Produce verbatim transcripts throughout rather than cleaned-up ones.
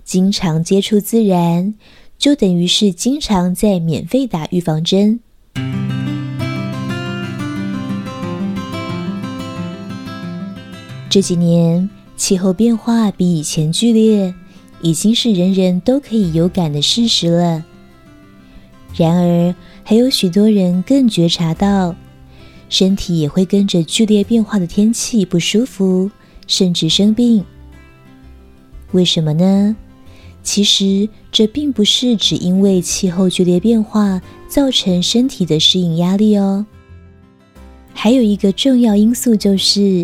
经常接触自然，就等于是经常在免费打预防针。这几年气候变化比以前剧烈，已经是人人都可以有感的事实了。然而，还有许多人更觉察到，身体也会跟着剧烈变化的天气不舒服，甚至生病。为什么呢？其实这并不是只因为气候剧烈变化造成身体的适应压力哦。还有一个重要因素就是，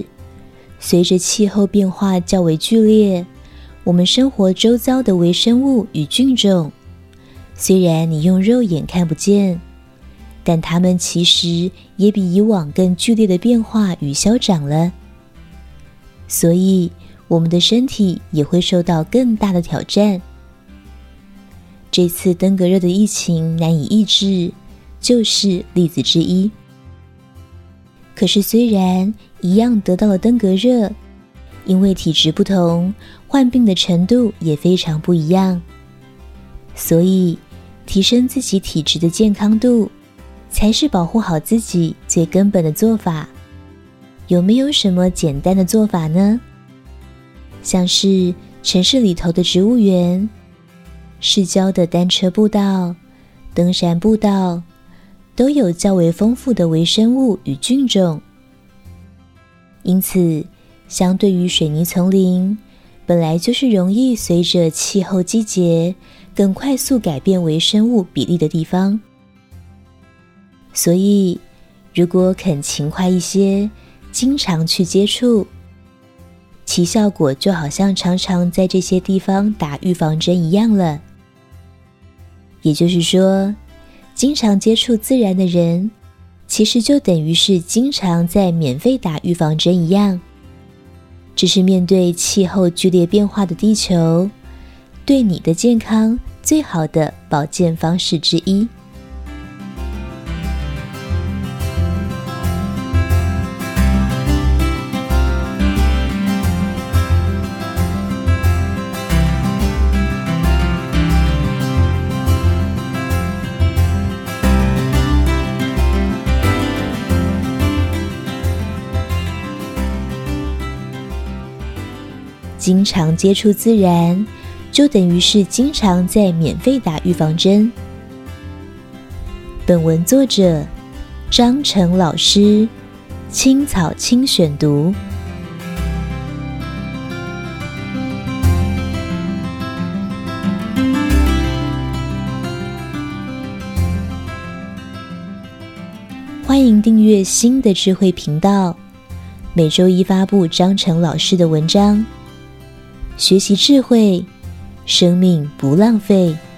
随着气候变化较为剧烈，我们生活周遭的微生物与菌种，虽然你用肉眼看不见，但它们其实也比以往更剧烈的变化与消长了。所以我们的身体也会受到更大的挑战。这次登革热的疫情难以抑制，就是例子之一。可是虽然一样得到了登革热，因为体质不同，患病的程度也非常不一样。所以提升自己体质的健康度，才是保护好自己最根本的做法。有没有什么简单的做法呢？像是城市里头的植物园、市郊的单车步道、登山步道，都有较为丰富的微生物与菌种。因此，相对于水泥丛林，本来就是容易随着气候季节更快速改变微生物比例的地方。所以，如果肯勤快一些，经常去接触，其效果就好像常常在这些地方打预防针一样了。也就是说，经常接触自然的人，其实就等于是经常在免费打预防针一样。这是面对气候剧烈变化的地球，对你的健康最好的保健方式之一。经常接触自然，就等于是经常在免费打预防针。本文作者张成老师，青草青选读。欢迎订阅新的智慧频道，每周一发布张成老师的文章。学习智慧，生命不浪费。